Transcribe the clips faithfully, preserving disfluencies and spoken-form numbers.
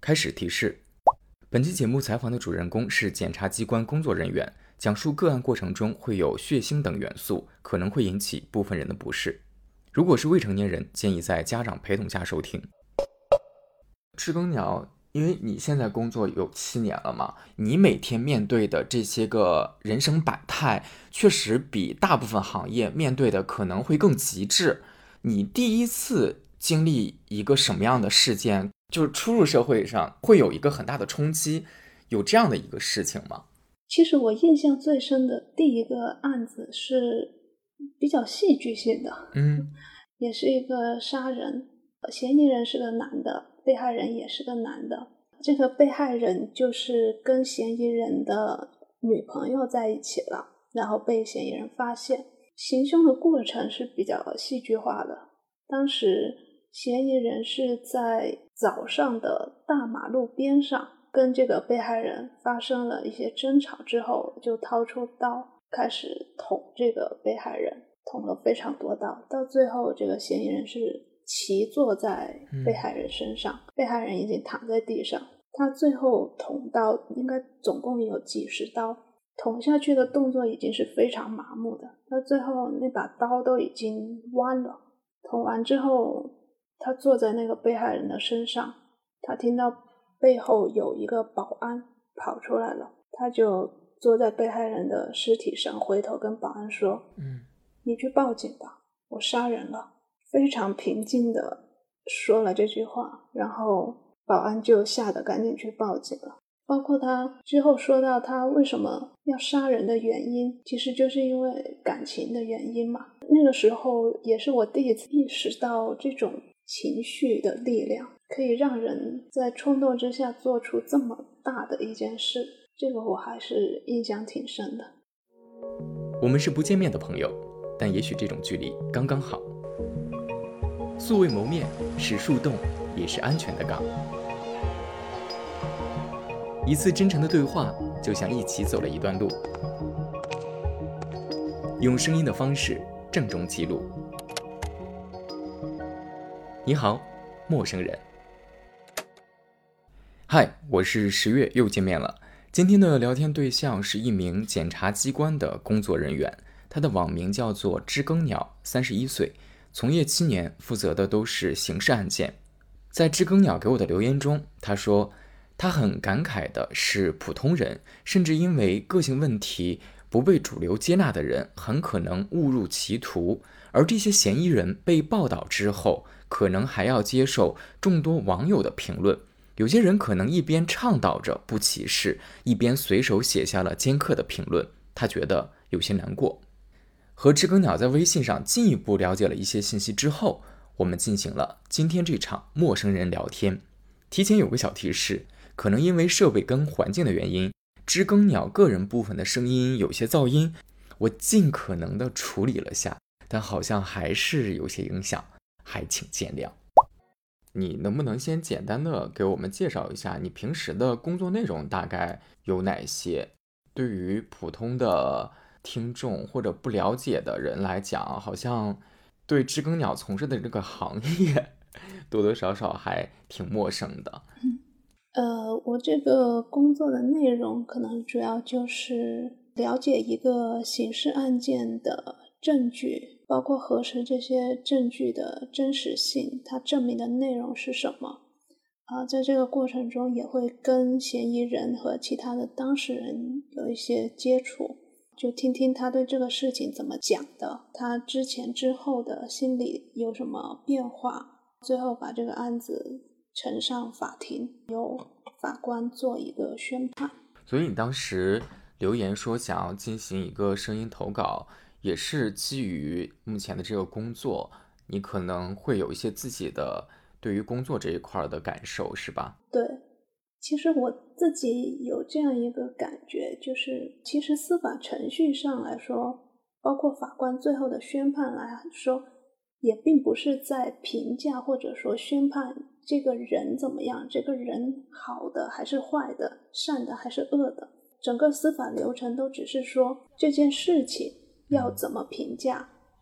开始提示：本期节目采访的主人公是检察机关工作人员，讲述个案过程中会有血腥等元素，可能会引起部分人的不适。如果是未成年人，建议在家长陪同下收听。知更鸟，因为你现在工作有七年了嘛，你每天面对的这些个人生百态，确实比大部分行业面对的可能会更极致。你第一次经历一个什么样的事件，就是初入社会上会有一个很大的冲击，有这样的一个事情吗？ 其实我印象最深的第一个案子是比较戏剧性的， 嗯， 也是一个杀人，嫌疑人是个男的，被害人也是个男的。这个被害人就是跟嫌疑人的女朋友在一起了，然后被嫌疑人发现。行凶的过程是比较戏剧化的，当时嫌疑人是在早上的大马路边上跟这个被害人发生了一些争吵之后，就掏出刀开始捅这个被害人，捅了非常多刀，到最后这个嫌疑人是骑坐在被害人身上、嗯、被害人已经躺在地上，他最后捅刀应该总共有几十刀，捅下去的动作已经是非常麻木的，到最后那把刀都已经弯了。捅完之后，他坐在那个被害人的身上，他听到背后有一个保安跑出来了，他就坐在被害人的尸体上，回头跟保安说：嗯，你去报警吧，我杀人了。非常平静的说了这句话，然后保安就吓得赶紧去报警了。包括他之后说到他为什么要杀人的原因，其实就是因为感情的原因嘛。那个时候也是我第一次意识到这种情绪的力量可以让人在冲动之下做出这么大的一件事，这个我还是印象挺深的。 我们是不见面的朋友，但也许这种距离刚刚好。素未谋面，是树洞，也是安全的港。一次真诚的对话，就像一起走了一段路。用声音的方式郑重记录。你好，陌生人。嗨，我是十月，又见面了。今天的聊天对象是一名检察机关的工作人员，他的网名叫做知更鸟，三十一岁，从业七年，负责的都是刑事案件。在知更鸟给我的留言中，他说他很感慨的是，普通人甚至因为个性问题不被主流接纳的人很可能误入歧途，而这些嫌疑人被报道之后，可能还要接受众多网友的评论。有些人可能一边倡导着不歧视，一边随手写下了尖刻的评论，他觉得有些难过。和知更鸟在微信上进一步了解了一些信息之后，我们进行了今天这场陌生人聊天。提前有个小提示，可能因为设备跟环境的原因，知更鸟个人部分的声音有些噪音，我尽可能的处理了下，但好像还是有些影响，还请见谅。你能不能先简单的给我们介绍一下你平时的工作内容大概有哪些？对于普通的听众或者不了解的人来讲，好像对知更鸟从事的这个行业多多少少还挺陌生的。 呃，我这个工作的内容可能主要就是了解一个刑事案件的证据，包括核实这些证据的真实性，它证明的内容是什么。啊、呃，在这个过程中也会跟嫌疑人和其他的当事人有一些接触，就听听他对这个事情怎么讲的，他之前之后的心理有什么变化，最后把这个案子呈上法庭，由法官做一个宣判。 所以你当时留言说想要进行一个声音投稿，也是基于目前的这个工作，你可能会有一些自己的对于工作这一块的感受，是吧？ 对，其实我自己有这样一个感觉，就是其实司法程序上来说，包括法官最后的宣判来说，也并不是在评价或者说宣判这个人怎么样，这个人好的还是坏的，善的还是恶的，整个司法流程都只是说这件事情要怎么评价，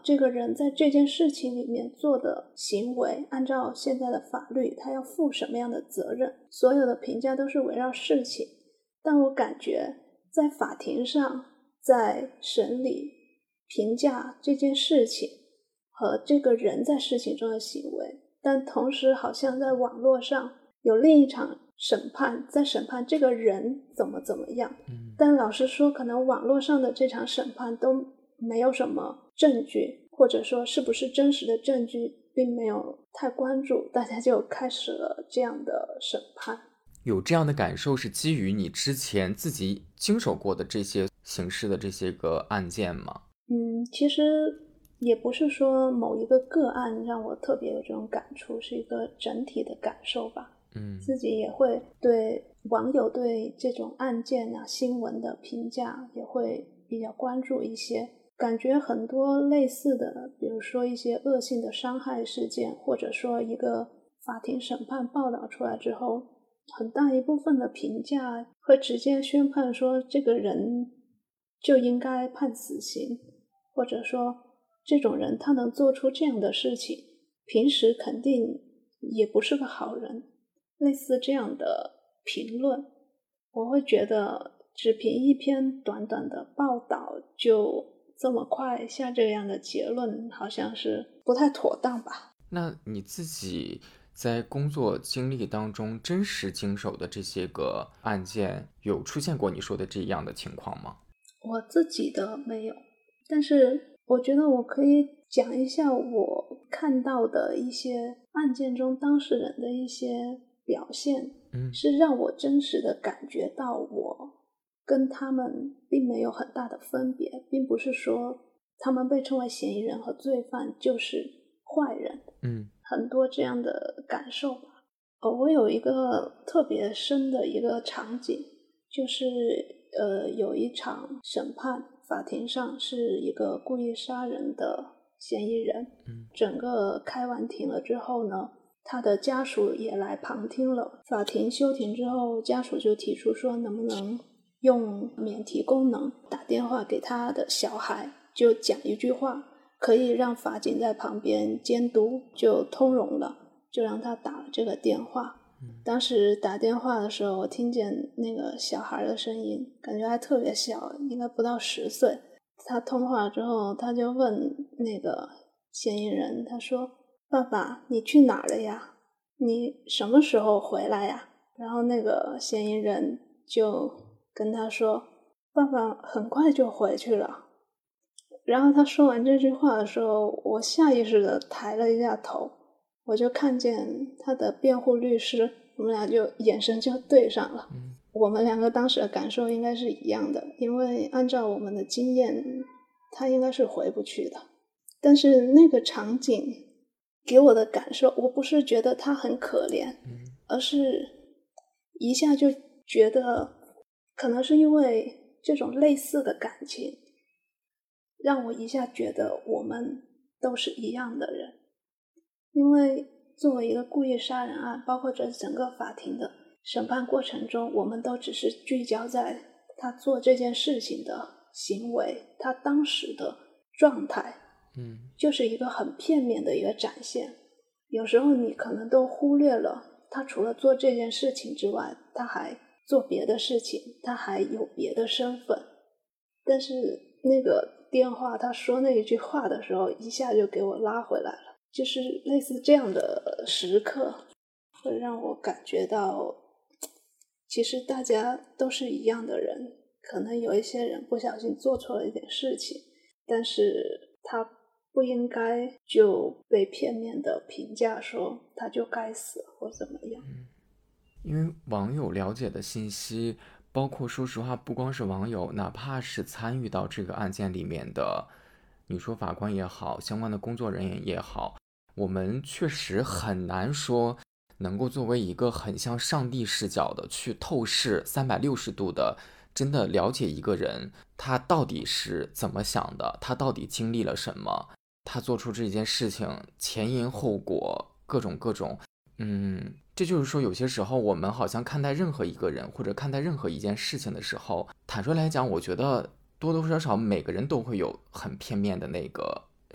这个人在这件事情里面做的行为，按照现在的法律他要负什么样的责任，所有的评价都是围绕事情。但我感觉在法庭上，在审理评价这件事情和这个人在事情中的行为，但同时好像在网络上有另一场审判，在审判这个人怎么怎么样。但老实说，可能网络上的这场审判都没有什么证据，或者说是不是真实的证据并没有太关注，大家就开始了这样的审判。 有这样的感受是基于你之前自己经手过的这些刑事的这些个案件吗？ 嗯，其实也不是说某一个个案让我特别有这种感触，是一个整体的感受吧。 嗯， 自己也会对网友对这种案件啊新闻的评价也会比较关注一些，感觉很多类似的，比如说一些恶性的伤害事件，或者说一个法庭审判报道出来之后，很大一部分的评价会直接宣判说这个人就应该判死刑，或者说这种人他能做出这样的事情，平时肯定也不是个好人，类似这样的评论。我会觉得只凭一篇短短的报道就这么快下这样的结论，好像是不太妥当吧。 那你自己在工作经历当中真实经手的这些个案件，有出现过你说的这样的情况吗？ 我自己的没有，但是我觉得我可以讲一下我看到的一些案件中当事人的一些表现， 嗯， 是让我真实的感觉到我跟他们并没有很大的分别，并不是说他们被称为嫌疑人和罪犯就是坏人。 嗯， 很多这样的感受吧。呃，我有一个特别深的一个场景，就是呃，有一场审判，法庭上是一个故意杀人的嫌疑人。 嗯， 整个开完庭了之后呢，他的家属也来旁听了。法庭休庭之后，家属就提出说，能不能用免提功能打电话给他的小孩，就讲一句话，可以让法警在旁边监督，就通融了，就让他打了这个电话。当时打电话的时候，我听见那个小孩的声音，感觉还特别小，应该不到十岁。他通话之后，他就问那个嫌疑人，他说，爸爸，你去哪儿了呀？你什么时候回来呀？然后那个嫌疑人就跟他说，爸爸很快就回去了。然后他说完这句话的时候，我下意识的抬了一下头，我就看见他的辩护律师，我们俩就眼神就对上了。 嗯， 我们两个当时的感受应该是一样的，因为按照我们的经验，他应该是回不去的。但是那个场景给我的感受，我不是觉得他很可怜，而是一下就觉得，可能是因为这种类似的感情，让我一下觉得我们都是一样的人。因为作为一个故意杀人案，包括这整个法庭的审判过程中，我们都只是聚焦在他做这件事情的行为，他当时的状态， 嗯， 就是一个很片面的一个展现。有时候你可能都忽略了他除了做这件事情之外，他还做别的事情，他还有别的身份。但是那个电话他说那一句话的时候，一下就给我拉回来了，就是类似这样的时刻会让我感觉到，其实大家都是一样的人，可能有一些人不小心做错了一点事情，但是他不应该就被片面的评价说他就该死或怎么样。 因为网友了解的信息，包括说实话，不光是网友，哪怕是参与到这个案件里面的，你说法官也好，相关的工作人员也好，我们确实很难说能够作为一个很像上帝视角的去透视三百六十度的真的了解一个人，他到底是怎么想的，他到底经历了什么，他做出这件事情前因后果各种各种。嗯，这就是说有些时候我们好像看待任何一个人或者看待任何一件事情的时候，坦率来讲，我觉得多多少少每个人都会有很片面的那个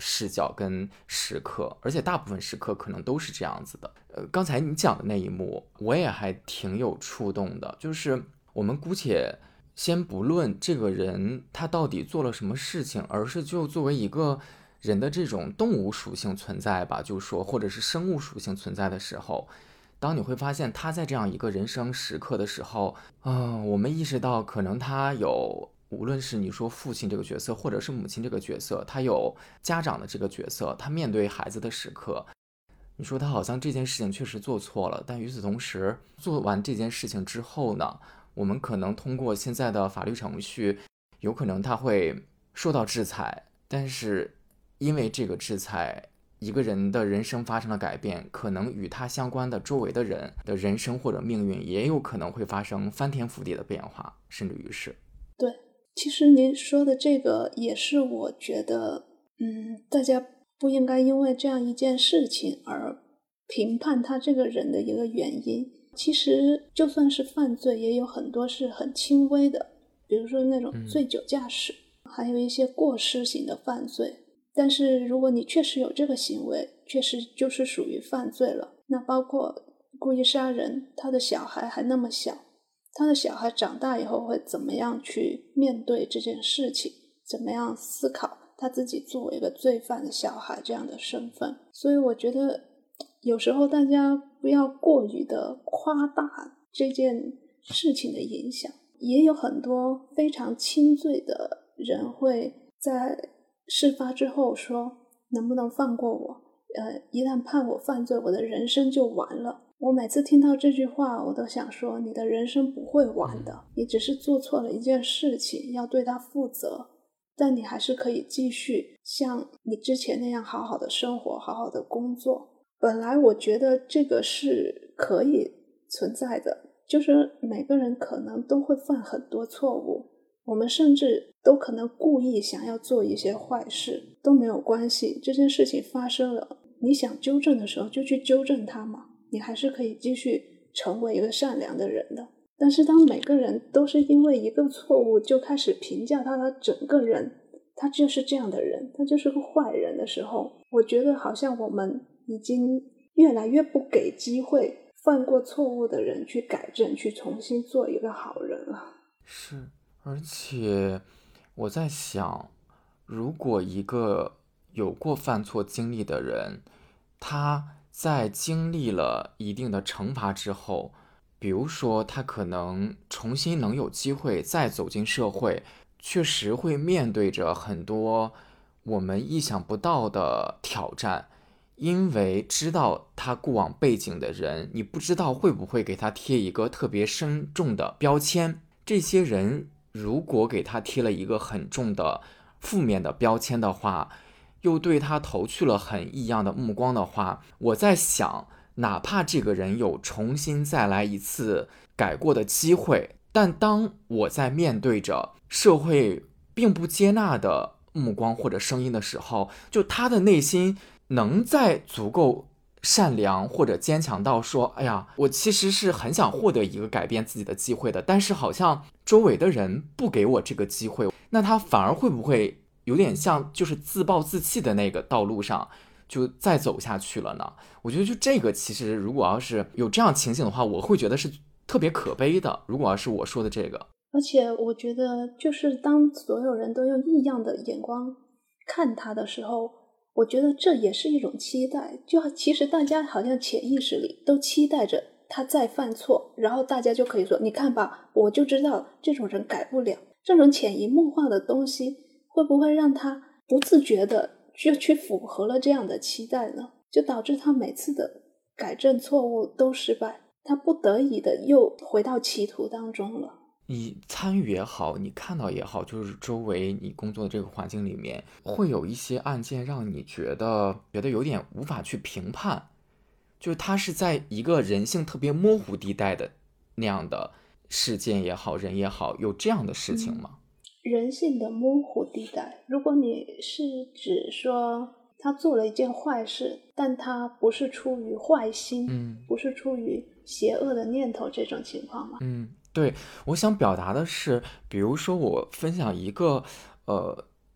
视角跟时刻，而且大部分时刻可能都是这样子的。呃，刚才你讲的那一幕，我也还挺有触动的，就是我们姑且先不论这个人他到底做了什么事情，而是就作为一个人的这种动物属性存在吧，就说或者是生物属性存在的时候，当你会发现他在这样一个人生时刻的时候，啊、呃，我们意识到可能他有，无论是你说父亲这个角色，或者是母亲这个角色，他有家长的这个角色，他面对孩子的时刻，你说他好像这件事情确实做错了，但与此同时，做完这件事情之后呢，我们可能通过现在的法律程序，有可能他会受到制裁，但是因为这个制裁，一个人的人生发生了改变，可能与他相关的周围的人的人生或者命运也有可能会发生翻天覆地的变化，甚至于是。 对，其实您说的这个也是我觉得，嗯，大家不应该因为这样一件事情而评判他这个人的一个原因。其实就算是犯罪，也有很多是很轻微的，比如说那种醉酒驾驶、嗯、还有一些过失型的犯罪。但是如果你确实有这个行为，确实就是属于犯罪了。那包括故意杀人，他的小孩还那么小，他的小孩长大以后会怎么样去面对这件事情，怎么样思考他自己作为一个罪犯的小孩这样的身份。所以我觉得有时候大家不要过于的夸大这件事情的影响，也有很多非常轻罪的人会在事发之后说能不能放过我，呃，一旦判我犯罪，我的人生就完了。我每次听到这句话，我都想说你的人生不会完的，你只是做错了一件事情，要对它负责，但你还是可以继续像你之前那样好好的生活，好好的工作。本来我觉得这个是可以存在的，就是每个人可能都会犯很多错误，我们甚至都可能故意想要做一些坏事，都没有关系。这件事情发生了，你想纠正的时候就去纠正它嘛，你还是可以继续成为一个善良的人的。但是当每个人都是因为一个错误就开始评价他的整个人，他就是这样的人，他就是个坏人的时候，我觉得好像我们已经越来越不给机会犯过错误的人去改正，去重新做一个好人了。 是，而且我在想，如果一个有过犯错经历的人，他在经历了一定的惩罚之后，比如说他可能重新能有机会再走进社会，确实会面对着很多我们意想不到的挑战，因为知道他过往背景的人，你不知道会不会给他贴一个特别深重的标签。这些人如果给他贴了一个很重的负面的标签的话，又对他投去了很异样的目光的话，我在想，哪怕这个人有重新再来一次改过的机会，但当我在面对着社会并不接纳的目光或者声音的时候，就他的内心能再足够善良或者坚强到说，哎呀，我其实是很想获得一个改变自己的机会的，但是好像周围的人不给我这个机会，那他反而会不会有点像就是自暴自弃的那个道路上就再走下去了呢？我觉得就这个其实如果要是有这样情形的话，我会觉得是特别可悲的，如果要是我说的这个。 而且我觉得就是当所有人都用异样的眼光看他的时候，我觉得这也是一种期待，就其实大家好像潜意识里都期待着他再犯错，然后大家就可以说，你看吧，我就知道这种人改不了。这种潜移默化的东西会不会让他不自觉的就去符合了这样的期待呢？就导致他每次的改正错误都失败，他不得已的又回到歧途当中了。 你参与也好，你看到也好，就是周围你工作的这个环境里面，会有一些案件让你觉得觉得有点无法去评判，就是它是在一个人性特别模糊地带的那样的事件也好，人也好，有这样的事情吗？ 嗯、人性的模糊地带，如果你是指说他做了一件坏事，但他不是出于坏心， 嗯， 不是出于邪恶的念头，这种情况吗？ 嗯，对，我想表达的是，比如说我分享一个呃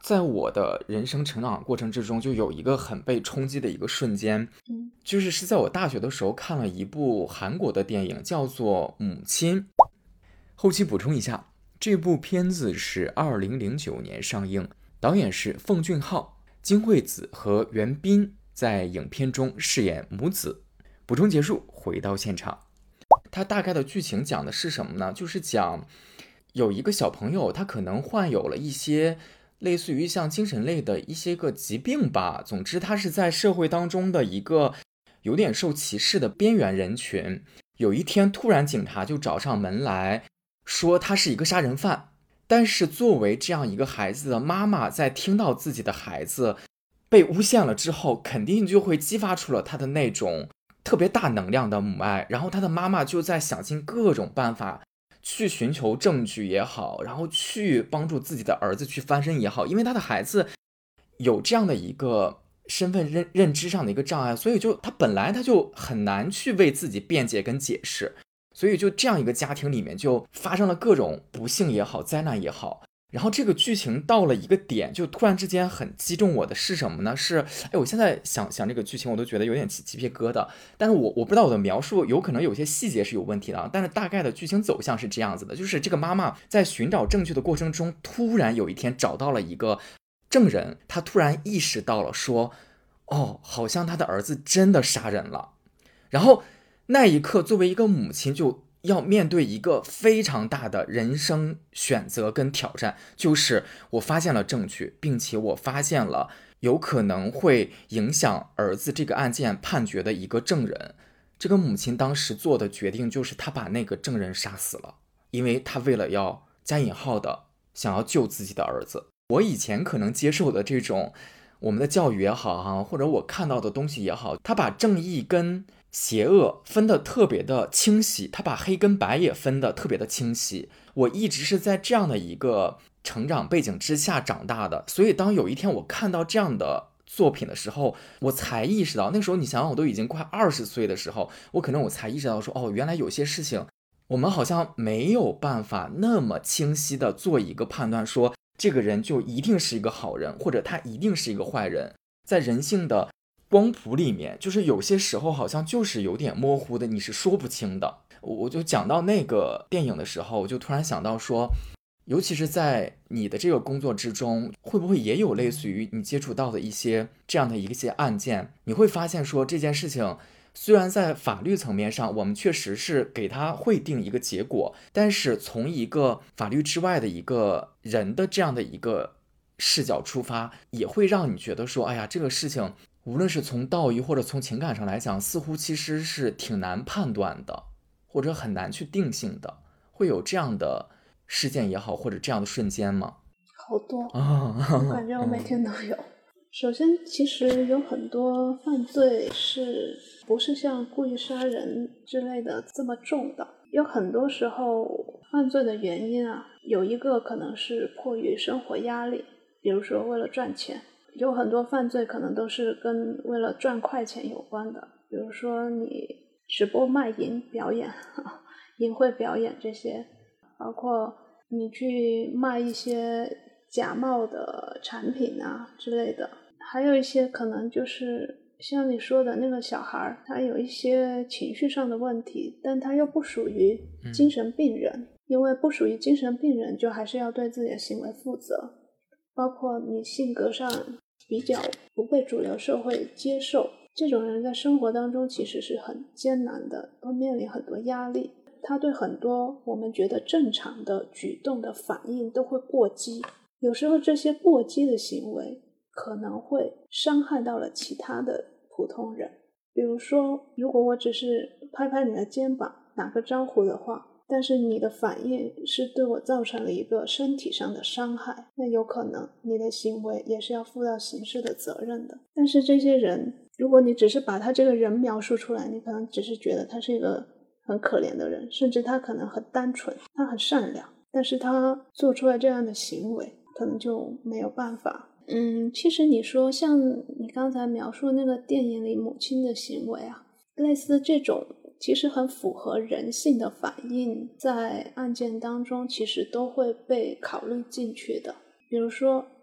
在我的人生成长过程之中，就有一个很被冲击的一个瞬间， 嗯， 就是是在我大学的时候看了一部韩国的电影，叫做《母亲》。后期补充一下，这部片子是二零零九年上映，导演是奉俊昊、金惠子和袁彬，在影片中饰演母子。补充结束，回到现场。它大概的剧情讲的是什么呢？就是讲有一个小朋友，他可能患有了一些类似于像精神类的一些个疾病吧。总之，他是在社会当中的一个有点受歧视的边缘人群。有一天，突然警察就找上门来说他是一个杀人犯。但是作为这样一个孩子的妈妈，在听到自己的孩子被诬陷了之后，肯定就会激发出了他的那种特别大能量的母爱。然后他的妈妈就在想尽各种办法去寻求证据也好，然后去帮助自己的儿子去翻身也好，因为他的孩子有这样的一个身份认认知上的一个障碍，所以就他本来他就很难去为自己辩解跟解释。所以就这样一个家庭里面就发生了各种不幸也好，灾难也好。然后这个剧情到了一个点，就突然之间很击中我的是什么呢？是，哎，我现在想想这个剧情，我都觉得有点起鸡皮疙瘩。但是我我不知道我的描述有可能有些细节是有问题的，但是大概的剧情走向是这样子的，就是这个妈妈在寻找证据的过程中，突然有一天找到了一个证人，她突然意识到了说，哦，好像她的儿子真的杀人了。然后那一刻，作为一个母亲，就要面对一个非常大的人生选择跟挑战，就是我发现了证据，并且我发现了有可能会影响儿子这个案件判决的一个证人。这个母亲当时做的决定就是她把那个证人杀死了，因为她为了要加引号的想要救自己的儿子。我以前可能接受的这种我们的教育也好哈，或者我看到的东西也好，他把正义跟邪恶分得特别的清晰，他把黑跟白也分得特别的清晰。我一直是在这样的一个成长背景之下长大的，所以当有一天我看到这样的作品的时候，我才意识到，那时候你想想，我都已经快二十岁的时候，我可能我才意识到说，哦，原来有些事情我们好像没有办法那么清晰的做一个判断，说这个人就一定是一个好人，或者他一定是一个坏人。在人性的光谱里面，就是有些时候好像就是有点模糊的，你是说不清的。我就讲到那个电影的时候，我就突然想到说，尤其是在你的这个工作之中，会不会也有类似于你接触到的一些这样的一些案件，你会发现说这件事情虽然在法律层面上我们确实是给他会定一个结果，但是从一个法律之外的一个人的这样的一个视角出发，也会让你觉得说，哎呀，这个事情无论是从道义或者从情感上来讲，似乎其实是挺难判断的，或者很难去定性的。会有这样的事件也好，或者这样的瞬间吗？ 好多啊， 我感觉我每天都有。首先，其实有很多犯罪是不是像故意杀人之类的这么重的？有很多时候犯罪的原因啊，有一个可能是迫于生活压力，比如说为了赚钱。有很多犯罪可能都是跟为了赚快钱有关的，比如说你直播卖淫表演、淫秽表演这些，包括你去卖一些假冒的产品啊之类的。还有一些可能就是像你说的那个小孩，他有一些情绪上的问题，但他又不属于精神病人、嗯、因为不属于精神病人就还是要对自己的行为负责，包括你性格上比较不被主流社会接受，这种人在生活当中其实是很艰难的，会面临很多压力，他对很多我们觉得正常的举动的反应都会过激，有时候这些过激的行为可能会伤害到了其他的普通人。比如说，如果我只是拍拍你的肩膀打个招呼的话，但是你的反应是对我造成了一个身体上的伤害，那有可能你的行为也是要负到刑事的责任的。但是这些人，如果你只是把他这个人描述出来，你可能只是觉得他是一个很可怜的人，甚至他可能很单纯，他很善良，但是他做出来这样的行为可能就没有办法。嗯，其实你说像你刚才描述那个电影里母亲的行为啊，类似这种其实很符合人性的反应，在案件当中其实都会被考虑进去的。比如说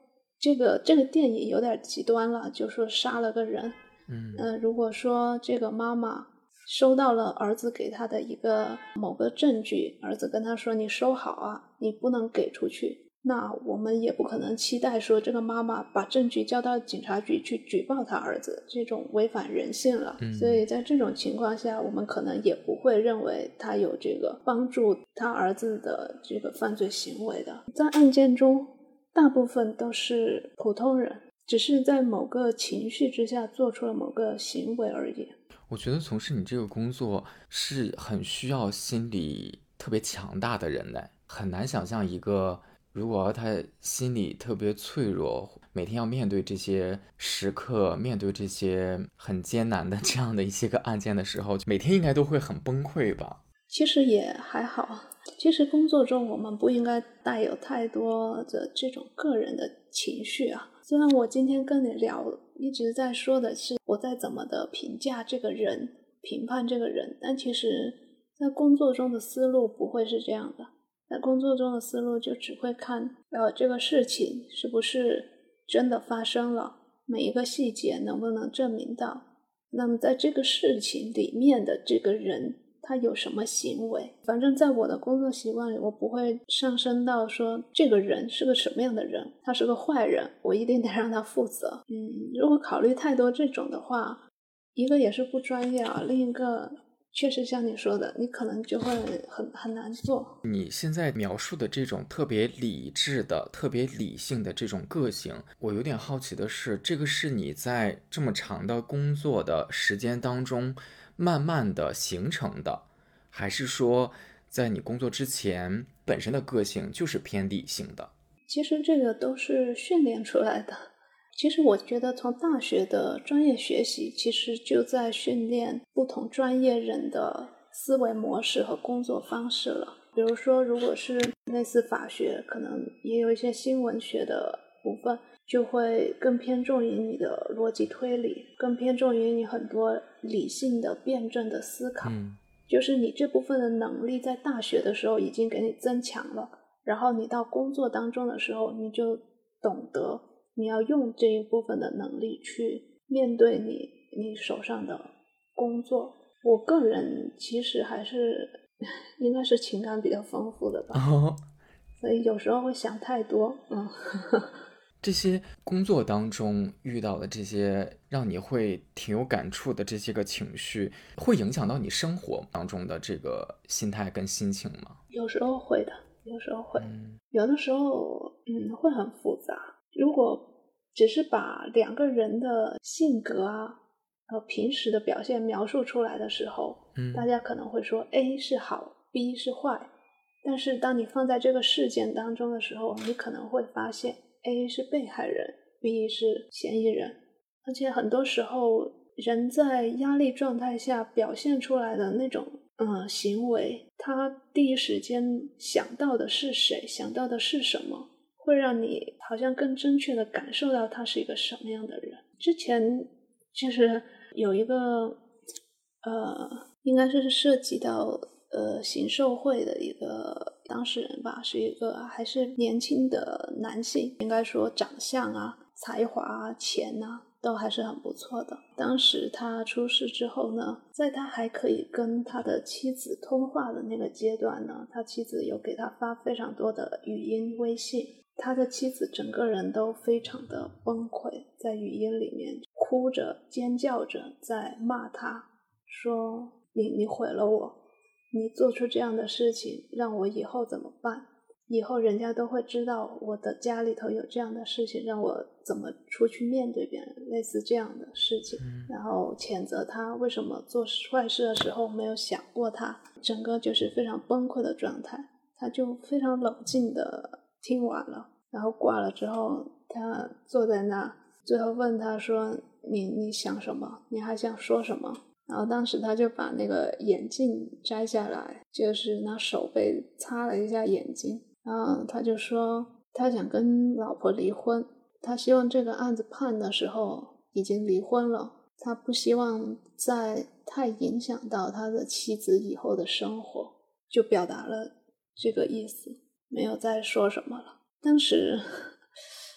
这个这个电影有点极端了，就说杀了个人。 嗯呃，如果说这个妈妈收到了儿子给她的一个某个证据，儿子跟她说你收好啊，你不能给出去，那我们也不可能期待说这个妈妈把证据交到警察局去举报她儿子，这种违反人性了。 嗯所以在这种情况下，我们可能也不会认为他有这个帮助他儿子的这个犯罪行为的。在案件中大部分都是普通人，只是在某个情绪之下做出了某个行为而已。 我觉得从事你这个工作是很需要心理特别强大的人的，很难想象一个如果他心理特别脆弱，每天要面对这些时刻，面对这些很艰难的这样的一些个案件的时候，每天应该都会很崩溃吧。 其实也还好，其实工作中我们不应该带有太多的这种个人的情绪啊。虽然我今天跟你聊一直在说的是我在怎么的评价这个人，评判这个人，但其实在工作中的思路不会是这样的。在工作中的思路就只会看呃这个事情是不是真的发生了，每一个细节能不能证明到，那么在这个事情里面的这个人他有什么行为。反正在我的工作习惯里，我不会上升到说这个人是个什么样的人，他是个坏人，我一定得让他负责。嗯，如果考虑太多这种的话，一个也是不专业啊，另一个确实像你说的，你可能就会很很难做。 你现在描述的这种特别理智的、特别理性的这种个性，我有点好奇的是，这个是你在这么长的工作的时间当中慢慢的形成的，还是说在你工作之前本身的个性就是偏理性的？ 其实这个都是训练出来的。其实我觉得从大学的专业学习其实就在训练不同专业人的思维模式和工作方式了。比如说如果是类似法学，可能也有一些新闻学的部分，就会更偏重于你的逻辑推理，更偏重于你很多理性的辩证的思考。 嗯， 就是你这部分的能力在大学的时候已经给你增强了，然后你到工作当中的时候，你就懂得你要用这一部分的能力去面对你你手上的工作。我个人其实还是应该是情感比较丰富的吧， 哦， 所以有时候会想太多。嗯， 这些工作当中遇到的这些让你会挺有感触的这些个情绪，会影响到你生活当中的这个心态跟心情吗？ 有时候会的，有时候会， 嗯有的时候嗯会很复杂。如果只是把两个人的性格啊和平时的表现描述出来的时候， 嗯大家可能会说 A 是好 B 是坏，但是当你放在这个事件当中的时候，你可能会发现 A 是被害人 B 是嫌疑人。而且很多时候人在压力状态下表现出来的那种嗯行为，他第一时间想到的是谁，想到的是什么，会让你好像更正确的感受到他是一个什么样的人。之前就是有一个呃应该是涉及到呃行受贿的一个当事人吧，是一个还是年轻的男性，应该说长相啊才华啊钱啊都还是很不错的。当时他出事之后呢，在他还可以跟他的妻子通话的那个阶段呢，他妻子有给他发非常多的语音微信，他的妻子整个人都非常的崩溃，在语音里面哭着尖叫着在骂他，说你你毁了我，你做出这样的事情让我以后怎么办，以后人家都会知道我的家里头有这样的事情，让我怎么出去面对别人，类似这样的事情。然后谴责他为什么做坏事的时候没有想过他，整个就是非常崩溃的状态。他就非常冷静的听完了，然后挂了之后，他坐在那，最后问他说你你想什么，你还想说什么。然后当时他就把那个眼镜摘下来，就是拿手背擦了一下眼睛，然后他就说他想跟老婆离婚，他希望这个案子判的时候已经离婚了，他不希望再太影响到他的妻子以后的生活，就表达了这个意思，没有再说什么了。当时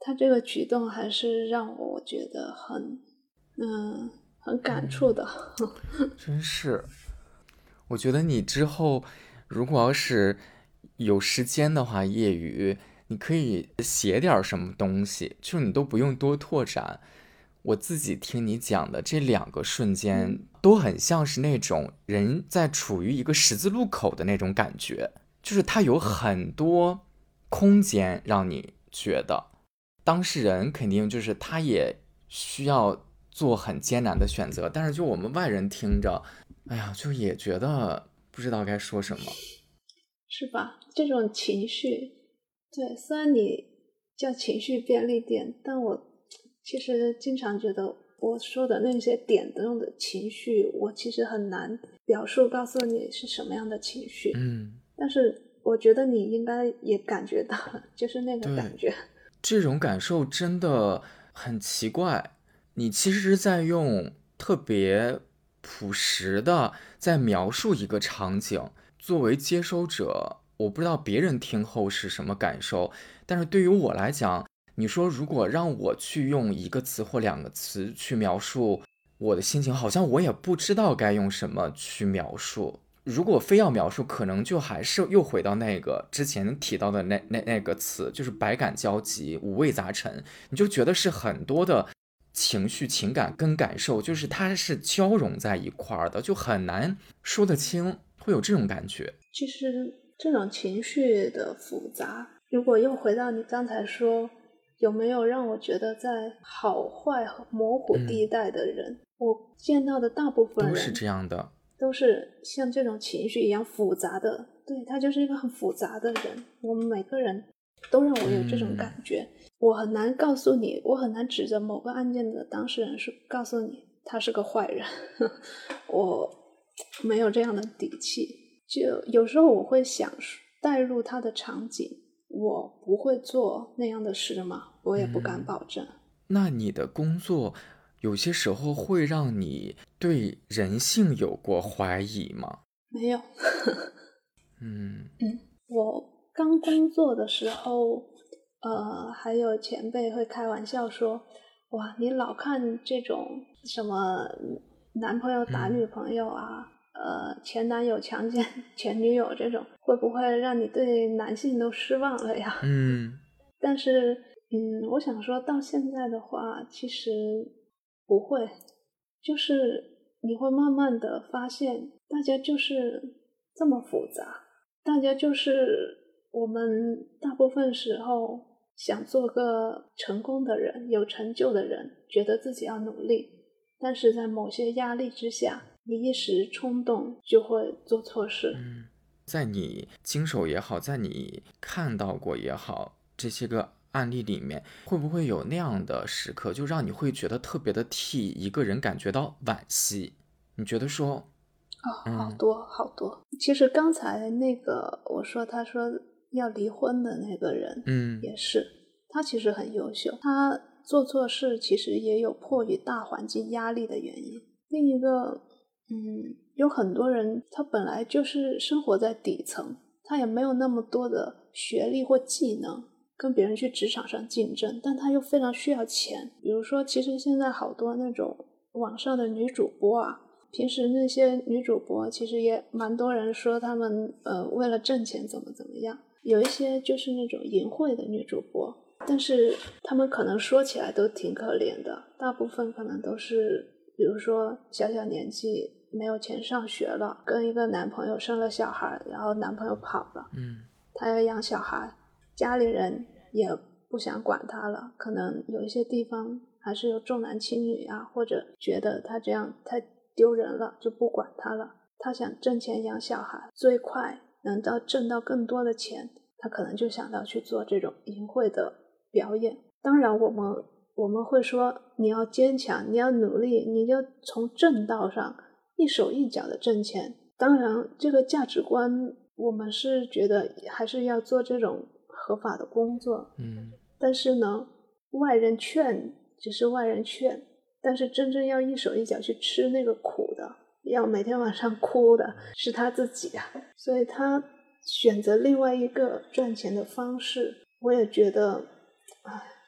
他这个举动还是让我觉得很嗯很感触的。 真是，我觉得你之后如果要是有时间的话，业余你可以写点什么东西，就是你都不用多拓展。我自己听你讲的这两个瞬间， 嗯都很像是那种人在处于一个十字路口的那种感觉，就是它有很多空间让你觉得当事人肯定就是他也需要做很艰难的选择，但是就我们外人听着，哎呀，就也觉得不知道该说什么。 是吧？这种情绪，对，虽然你叫情绪便利店，但我其实经常觉得我说的那些点的用的情绪，我其实很难表述告诉你是什么样的情绪。 嗯， 但是我觉得你应该也感觉到，就是那个感觉。 这种感受真的很奇怪。你其实是在用特别朴实的在描述一个场景，作为接收者，我不知道别人听后是什么感受，但是对于我来讲，你说如果让我去用一个词或两个词去描述我的心情，好像我也不知道该用什么去描述。如果非要描述，可能就还是又回到那个之前提到的那那那个词，就是百感交集、五味杂陈。你就觉得是很多的情绪、情感跟感受，就是它是交融在一块儿的，就很难说得清，会有这种感觉。 其实这种情绪的复杂，如果又回到你刚才说，有没有让我觉得在好坏和模糊地带的人，嗯、我见到的大部分人都是这样的。 都是像这种情绪一样复杂的，对，他就是一个很复杂的人。我们每个人都让我有这种感觉，嗯、我很难告诉你，我很难指着某个案件的当事人是告诉你他是个坏人，我没有这样的底气。就有时候我会想带入他的场景，我不会做那样的事吗？我也不敢保证。嗯、 那你的工作有些时候会让你对人性有过怀疑吗？ 没有。 嗯嗯，我刚工作的时候，呃，还有前辈会开玩笑说：“哇，你老看这种什么男朋友打女朋友啊，嗯、呃，前男友强奸前女友这种，会不会让你对男性都失望了呀？” 嗯， 但是，嗯，我想说到现在的话，其实不会，就是你会慢慢的发现，大家就是这么复杂，大家就是我们大部分时候想做个成功的人，有成就的人，觉得自己要努力，但是在某些压力之下，你一时冲动就会做错事。 嗯，在你经手也好，在你看到过也好，这些个案例里面，会不会有那样的时刻，就让你会觉得特别的替一个人感觉到惋惜？你觉得说， 哦，好多好多。其实刚才那个我说他说要离婚的那个人， 嗯， 也是，他其实很优秀，他做错事其实也有迫于大环境压力的原因。另一个，嗯，有很多人他本来就是生活在底层，他也没有那么多的学历或技能跟别人去职场上竞争，但他又非常需要钱。比如说，其实现在好多那种网上的女主播啊，平时那些女主播其实也蛮多人说她们呃为了挣钱怎么怎么样，有一些就是那种淫秽的女主播，但是她们可能说起来都挺可怜的，大部分可能都是比如说小小年纪没有钱上学了，跟一个男朋友生了小孩，然后男朋友跑了， 嗯， 她要养小孩，家里人也不想管她了，可能有一些地方还是有重男轻女啊，或者觉得她这样太丢人了，就不管她了。她想挣钱养小孩，最快能到挣到更多的钱，她可能就想到去做这种淫秽的表演。当然我们我们会说你要坚强，你要努力，你就从正道上一手一脚的挣钱。当然这个价值观我们是觉得还是要做这种合法的工作， 嗯， 但是呢，外人劝只是外人劝，但是真正要一手一脚去吃那个苦的，要每天晚上哭的是他自己啊。所以他选择另外一个赚钱的方式，我也觉得唉，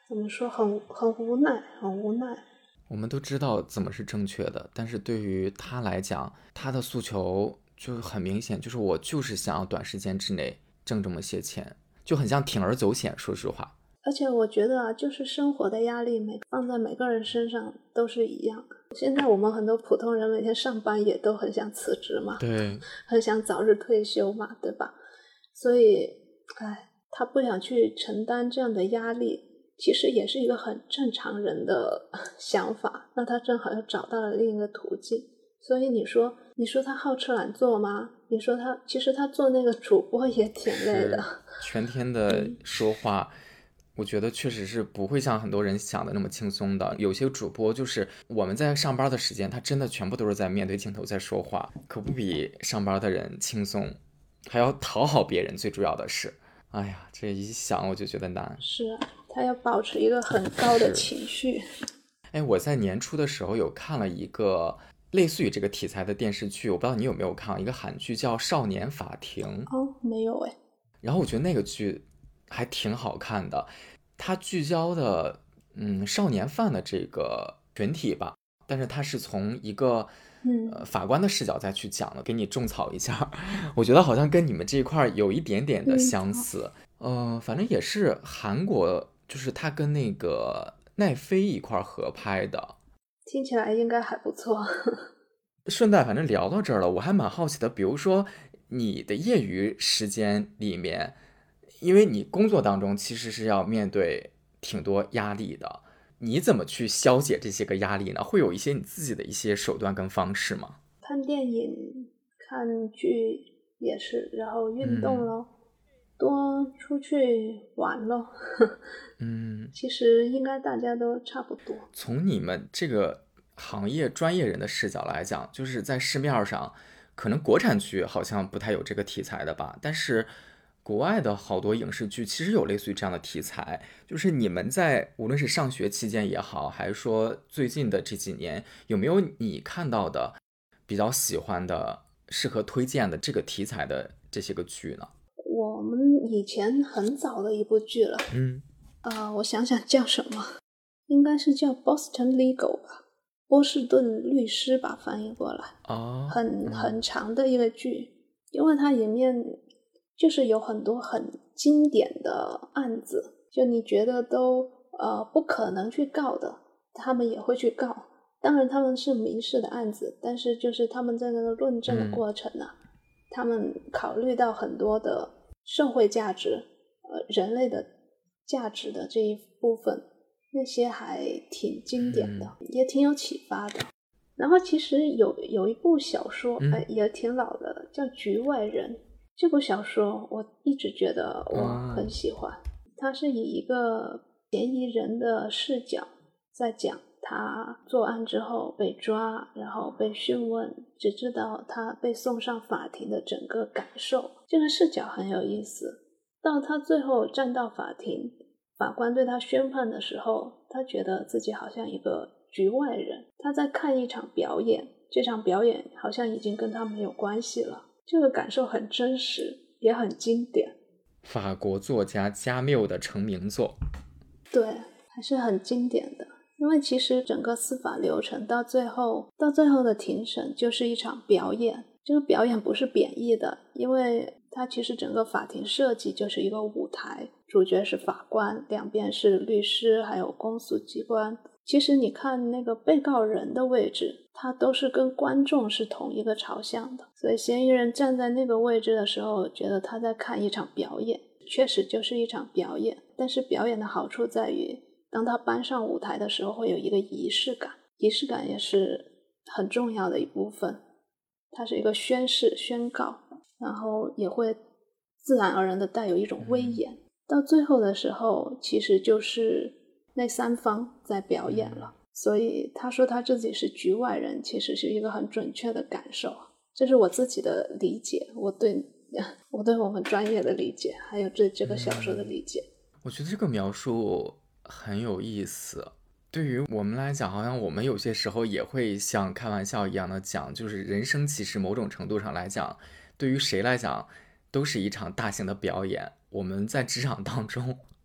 怎么说，很很无奈，很无奈。 我们都知道怎么是正确的，但是对于他来讲，他的诉求就很明显，就是我就是想要短时间之内挣这么些钱，就很像铤而走险，说实话。 而且我觉得啊，就是生活的压力每放在每个人身上都是一样。现在我们很多普通人每天上班也都很想辞职嘛， 对， 很想早日退休嘛，对吧？所以，哎，他不想去承担这样的压力，其实也是一个很正常人的想法。那他正好又找到了另一个途径。所以你说，你说他好吃懒做吗？你说他，其实他做那个主播也挺累的， 全天的说话。嗯，我觉得确实是不会像很多人想的那么轻松的。有些主播就是我们在上班的时间，他真的全部都是在面对镜头在说话，可不比上班的人轻松，还要讨好别人，最主要的是，哎呀，这一想我就觉得难。 是啊，他要保持一个很高的情绪。 哎，我在年初的时候有看了一个类似于这个题材的电视剧，我不知道你有没有看，一个韩剧叫《少年法庭》。 哦，没有哎。 然后我觉得那个剧还挺好看的，它聚焦的嗯少年犯的这个群体吧，但是它是从一个嗯呃法官的视角再去讲的，给你种草一下。我觉得好像跟你们这一块有一点点的相似。嗯、呃，反正也是韩国，就是他跟那个奈飞一块合拍的， 听起来应该还不错。 顺带反正聊到这儿了，我还蛮好奇的，比如说你的业余时间里面，因为你工作当中其实是要面对挺多压力的，你怎么去消解这些个压力呢？会有一些你自己的一些手段跟方式吗？ 看电影、看剧也是，然后运动咯，嗯、多出去玩咯。 嗯， 其实应该大家都差不多。 从你们这个行业专业人的视角来讲，就是在市面上，可能国产剧好像不太有这个题材的吧，但是国外的好多影视剧其实有类似于这样的题材。就是你们在无论是上学期间也好，还是说最近的这几年，有没有你看到的比较喜欢的、适合推荐的这个题材的这些个剧呢？ 我们以前很早的一部剧了， 嗯， 呃，我想想叫什么，应该是叫 Boston Legal 吧，波士顿律师吧，翻译过来。 哦， 很很长的一个剧，因为它里面就是有很多很经典的案子，就你觉得都呃不可能去告的，他们也会去告。当然他们是民事的案子，但是就是他们在那个论证的过程啊，嗯、他们考虑到很多的社会价值，呃，人类的价值的这一部分，那些还挺经典的，嗯、也挺有启发的。然后其实有有一部小说， 嗯、 哎，也挺老的，叫《局外人》。这部小说我一直觉得我很喜欢，哦、它是以一个嫌疑人的视角在讲他作案之后被抓，然后被讯问，直至到他被送上法庭的整个感受。这个视角很有意思。到他最后站到法庭，法官对他宣判的时候，他觉得自己好像一个局外人，他在看一场表演，这场表演好像已经跟他没有关系了。这个感受很真实，也很经典。 法国作家加缪的成名作。 对，还是很经典的。因为其实整个司法流程到最后，到最后的庭审就是一场表演。这个表演不是贬义的，因为它其实整个法庭设计就是一个舞台，主角是法官，两边是律师还有公诉机关。其实你看那个被告人的位置，他都是跟观众是同一个朝向的，所以嫌疑人站在那个位置的时候，觉得他在看一场表演，确实就是一场表演。但是表演的好处在于，当他搬上舞台的时候，会有一个仪式感，仪式感也是很重要的一部分。它是一个宣誓、宣告，然后也会自然而然的带有一种威严。到最后的时候，其实就是那三方在表演了。所以他说他自己是局外人，其实是一个很准确的感受。这是我自己的理解，我对我对我们专业的理解，还有对这个小说的理解。 嗯、我觉得这个描述很有意思。对于我们来讲，好像我们有些时候也会像开玩笑一样的讲，就是人生其实某种程度上来讲，对于谁来讲都是一场大型的表演。我们在职场当中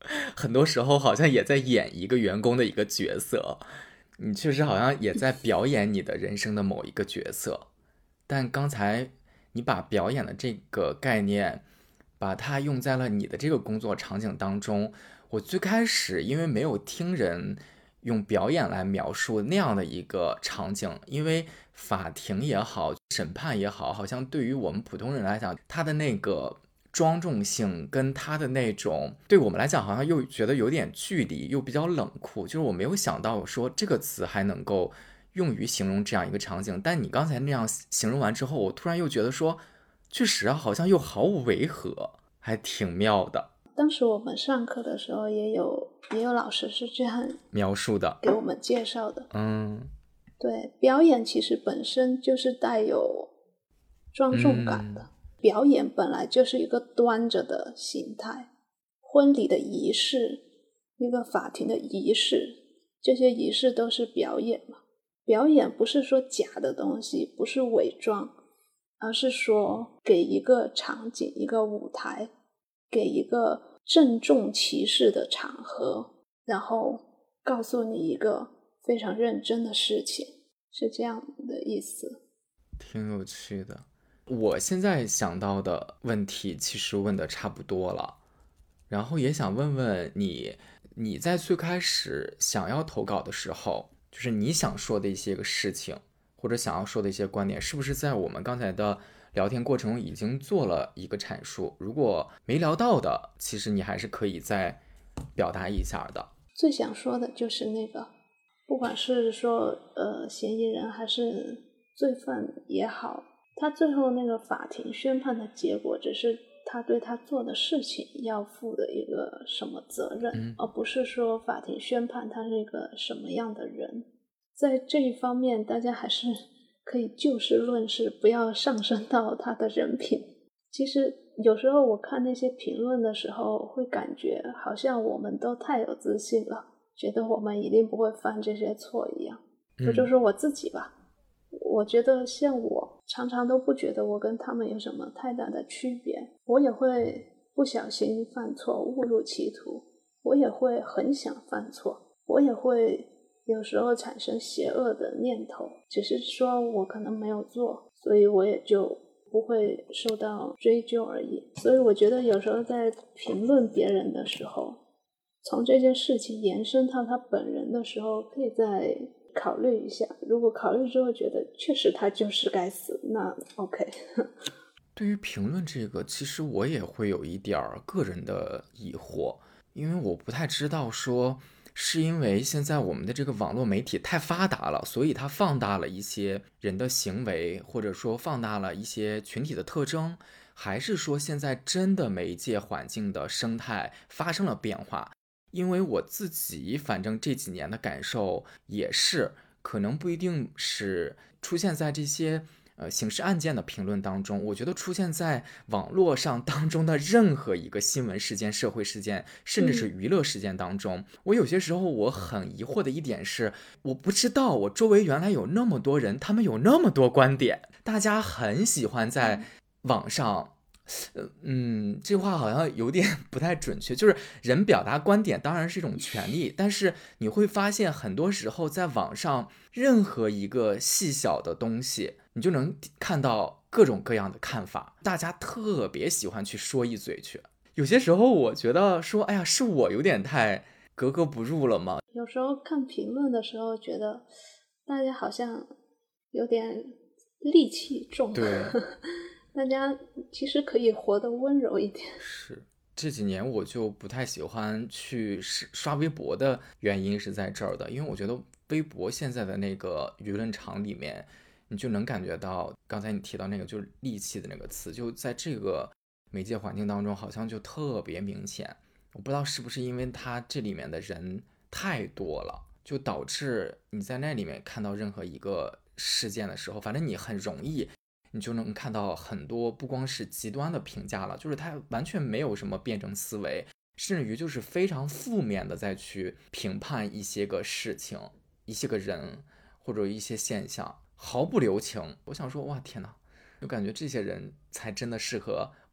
很多时候好像也在演一个员工的一个角色，你确实好像也在表演你的人生的某一个角色。但刚才你把表演的这个概念把它用在了你的这个工作场景当中，我最开始因为没有听人用表演来描述那样的一个场景，因为法庭也好，审判也好，好像对于我们普通人来讲，它的那个庄重性跟他的那种对我们来讲好像又觉得有点距离，又比较冷酷，就是我没有想到说这个词还能够用于形容这样一个场景。但你刚才那样形容完之后，我突然又觉得说确实啊，好像又毫无违和，还挺妙的。 当时我们上课的时候也有也有老师是这样描述的， 给我们介绍的。 嗯， 对，表演其实本身就是带有庄重感的、嗯、表演本来就是一个端着的形态，婚礼的仪式，一个法庭的仪式，这些仪式都是表演嘛。表演不是说假的东西，不是伪装，而是说给一个场景，一个舞台，给一个郑重其事的场合，然后告诉你一个非常认真的事情，是这样的意思。 挺有趣的。我现在想到的问题其实问的差不多了，然后也想问问你，你在最开始想要投稿的时候，就是你想说的一些个事情，或者想要说的一些观点，是不是在我们刚才的聊天过程中已经做了一个阐述？如果没聊到的，其实你还是可以再表达一下的。 最想说的就是那个，不管是说呃嫌疑人还是罪犯也好，他最后那个法庭宣判的结果只是他对他做的事情要负的一个什么责任、嗯、而不是说法庭宣判他是一个什么样的人。在这一方面大家还是可以就事论事，不要上升到他的人品。其实有时候我看那些评论的时候会感觉好像我们都太有自信了，觉得我们一定不会犯这些错一样。这、嗯、就说我自己吧，我觉得像我常常都不觉得我跟他们有什么太大的区别，我也会不小心犯错，误入歧途，我也会很想犯错，我也会有时候产生邪恶的念头，只是说我可能没有做，所以我也就不会受到追究而已。所以我觉得有时候在评论别人的时候，从这件事情延伸到他本人的时候，可以再考虑一下，如果考虑之后觉得确实他就是该死，那 OK。 对于评论这个，其实我也会有一点个人的疑惑，因为我不太知道说是因为现在我们的这个网络媒体太发达了，所以它放大了一些人的行为，或者说放大了一些群体的特征，还是说现在真的媒介环境的生态发生了变化。因为我自己反正这几年的感受也是，可能不一定是出现在这些呃刑事案件的评论当中，我觉得出现在网络上当中的任何一个新闻事件、社会事件，甚至是娱乐事件当中、嗯、我有些时候我很疑惑的一点是，我不知道我周围原来有那么多人，他们有那么多观点，大家很喜欢在网上嗯，这话好像有点不太准确，就是人表达观点当然是一种权利，但是你会发现很多时候在网上任何一个细小的东西，你就能看到各种各样的看法，大家特别喜欢去说一嘴去。有些时候我觉得说，哎呀，是我有点太格格不入了吗？ 有时候看评论的时候觉得大家好像有点戾气重， 对大家其实可以活得温柔一点。 是，这几年我就不太喜欢去刷微博的原因是在这儿的，因为我觉得微博现在的那个舆论场里面，你就能感觉到刚才你提到那个就是戾气的那个词，就在这个媒介环境当中好像就特别明显。我不知道是不是因为它这里面的人太多了，就导致你在那里面看到任何一个事件的时候，反正你很容易你就能看到很多不光是极端的评价了，就是他完全没有什么辩证思维，甚至于就是非常负面的再去评判一些个事情、一些个人或者一些现象，毫不留情。我想说，哇天哪，就感觉这些人才真的适合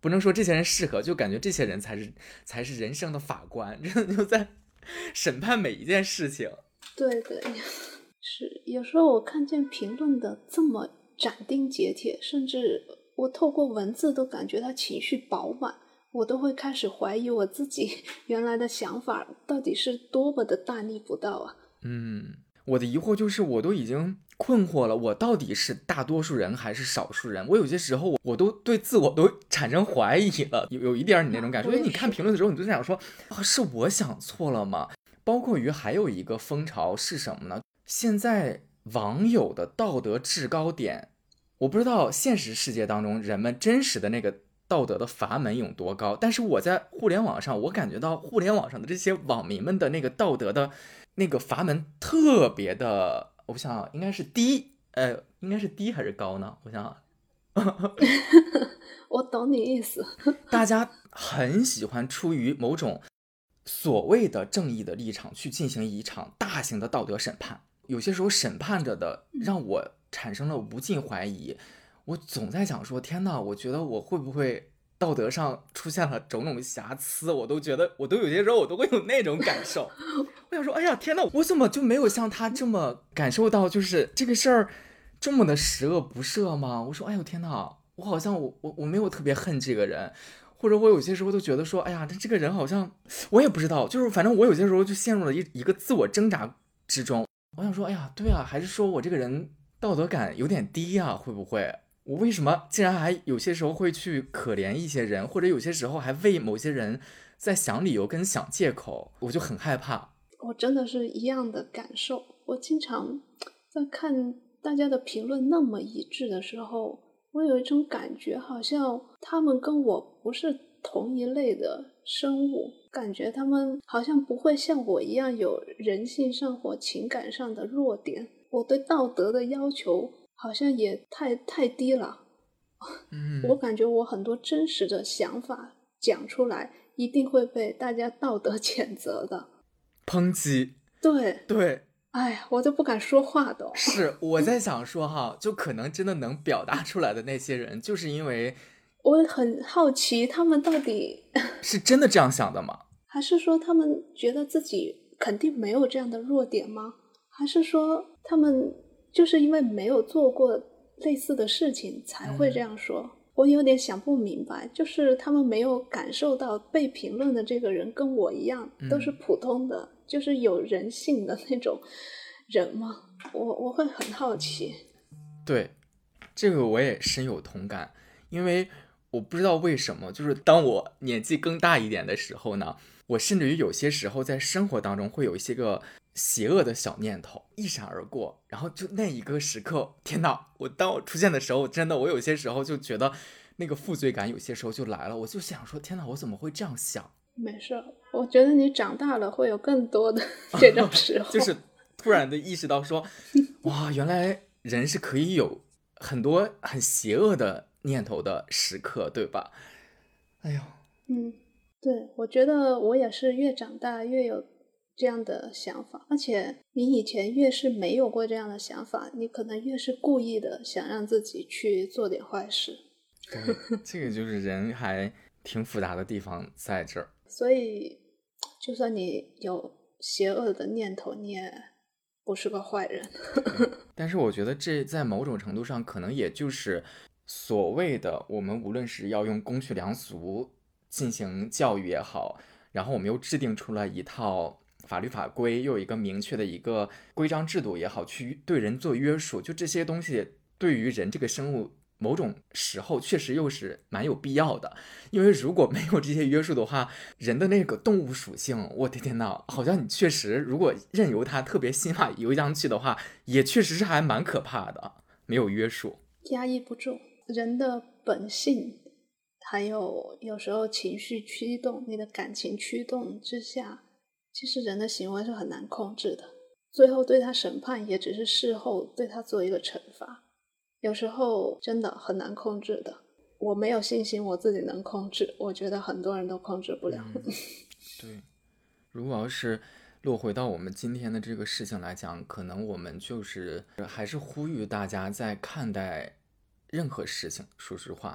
不能说这些人适合，就感觉这些人才是才是人生的法官，真的就在审判每一件事情。 对对，是有时候我看见评论的这么斩钉截铁，甚至我透过文字都感觉他情绪饱满，我都会开始怀疑我自己原来的想法到底是多么的大逆不道啊。 嗯，我的疑惑就是我都已经困惑了，我到底是大多数人还是少数人？我有些时候我我都对自我都产生怀疑了，有有一点你那种感受。因为你看评论的时候，你就想说啊，是我想错了吗？包括于还有一个风潮是什么呢？现在网友的道德制高点，我不知道现实世界当中人们真实的那个道德的阀门有多高，但是我在互联网上，我感觉到互联网上的这些网民们的那个道德的那个阀门特别的，我想想应该是低，呃，应该是低还是高呢？我想想我懂你意思。 大家很喜欢出于某种所谓的正义的立场去进行一场大型的道德审判，有些时候审判着的让我产生了无尽怀疑。我总在想说，天哪，我觉得我会不会道德上出现了种种瑕疵？我都觉得，我都有些时候我都会有那种感受。我想说，哎呀，天哪，我怎么就没有像他这么感受到，就是这个事儿这么的十恶不赦吗？我说，哎呦，天哪，我好像我我我没有特别恨这个人。或者我有些时候都觉得说，哎呀，这这个人好像我也不知道，就是反正我有些时候就陷入了一一个自我挣扎之中。我想说，哎呀，对啊，还是说我这个人道德感有点低啊？会不会我为什么竟然还有些时候会去可怜一些人，或者有些时候还为某些人在想理由跟想借口，我就很害怕。 我真的是一样的感受。我经常在看大家的评论那么一致的时候，我有一种感觉，好像他们跟我不是同一类的生物，感觉他们好像不会像我一样有人性上或情感上的弱点。我对道德的要求好像也太太低了。 嗯， 我感觉我很多真实的想法讲出来，一定会被大家道德谴责的， 抨击。 对对。 哎呀，我都不敢说话的。 是我在想说哈，就可能真的能表达出来的那些人，就是因为我很好奇他们到底是真的这样想的吗？ 还是说他们觉得自己肯定没有这样的弱点吗？还是说他们就是因为没有做过类似的事情才会这样说？嗯，我有点想不明白，就是他们没有感受到被评论的这个人跟我一样都是普通的，嗯，就是有人性的那种人吗？我我会很好奇。 对，这个我也深有同感，因为我不知道为什么，就是当我年纪更大一点的时候呢，我甚至于有些时候在生活当中会有一些个邪恶的小念头一闪而过，然后就那一个时刻，天哪，我当我出现的时候，真的我有些时候就觉得那个负罪感有些时候就来了，我就想说，天哪，我怎么会这样想？ 没事，我觉得你长大了会有更多的这种时候就是突然的意识到说，哇，原来人是可以有很多很邪恶的念头的时刻，对吧？哎呦， 嗯，对，我觉得我也是越长大越有这样的想法，而且你以前越是没有过这样的想法，你可能越是故意的想让自己去做点坏事。 对，这个就是人还挺复杂的地方在这儿。 所以就算你有邪恶的念头，你也不是个坏人。 但是我觉得这在某种程度上可能也就是所谓的我们无论是要用公序良俗进行教育也好，然后我们又制定出了一套法律法规，又有一个明确的一个规章制度也好，去对人做约束，就这些东西对于人这个生物某种时候确实又是蛮有必要的。因为如果没有这些约束的话，人的那个动物属性，我的天哪，好像你确实如果任由它特别心马游上去的话，也确实是还蛮可怕的，没有约束， 压抑不住人的本性，还有有时候情绪驱动，你的感情驱动之下，其实人的行为是很难控制的，最后对他审判也只是事后对他做一个惩罚，有时候真的很难控制的。我没有信心我自己能控制，我觉得很多人都控制不了。 嗯、对，如果要是落回到我们今天的这个事情来讲，可能我们就是还是呼吁大家在看待任何事情，说实话，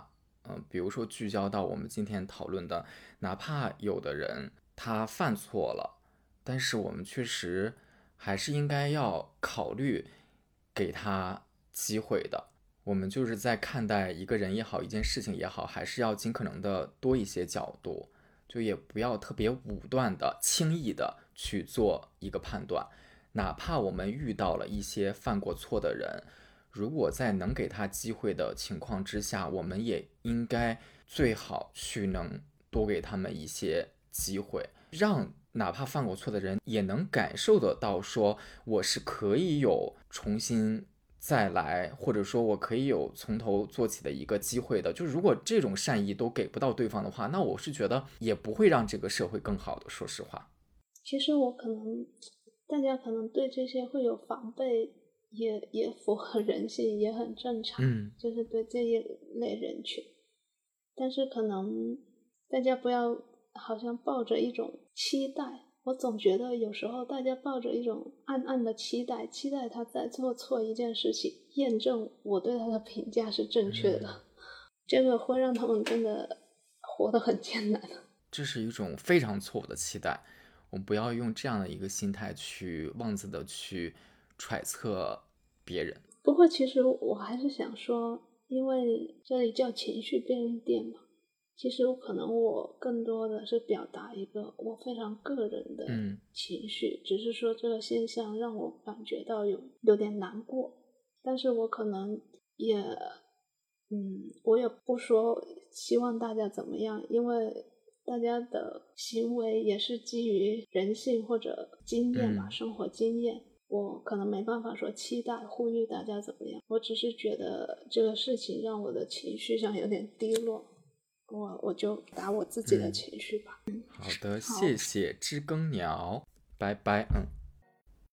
嗯、比如说聚焦到我们今天讨论的，哪怕有的人他犯错了，但是我们确实还是应该要考虑给他机会的。我们就是在看待一个人也好，一件事情也好，还是要尽可能的多一些角度，就也不要特别武断的、轻易的去做一个判断。哪怕我们遇到了一些犯过错的人，如果在能给他机会的情况之下，我们也应该最好去能多给他们一些机会，让哪怕犯过错的人也能感受得到，说我是可以有重新再来，或者说我可以有从头做起的一个机会的。就如果这种善意都给不到对方的话，那我是觉得也不会让这个社会更好的，说实话。 其实我可能大家可能对这些会有防备，也也符合人性，也很正常。 嗯， 就是对这一类人群，但是可能大家不要好像抱着一种期待。我总觉得有时候大家抱着一种暗暗的期待，期待他在做错一件事情，验证我对他的评价是正确的，嗯、这个会让他们真的活得很艰难。 这是一种非常错误的期待，我们不要用这样的一个心态去妄自的去揣测别人。 不过其实我还是想说，因为这里叫情绪便利店嘛，其实可能我更多的是表达一个我非常个人的情绪，嗯、只是说这个现象让我感觉到有有点难过，但是我可能也嗯，我也不说希望大家怎么样，因为大家的行为也是基于人性或者经验嘛，嗯、生活经验，我可能没办法说期待呼吁大家怎么样，我只是觉得这个事情让我的情绪上有点低落，我我就打我自己的情绪吧。 嗯、好的，谢谢知更鸟，拜拜。嗯。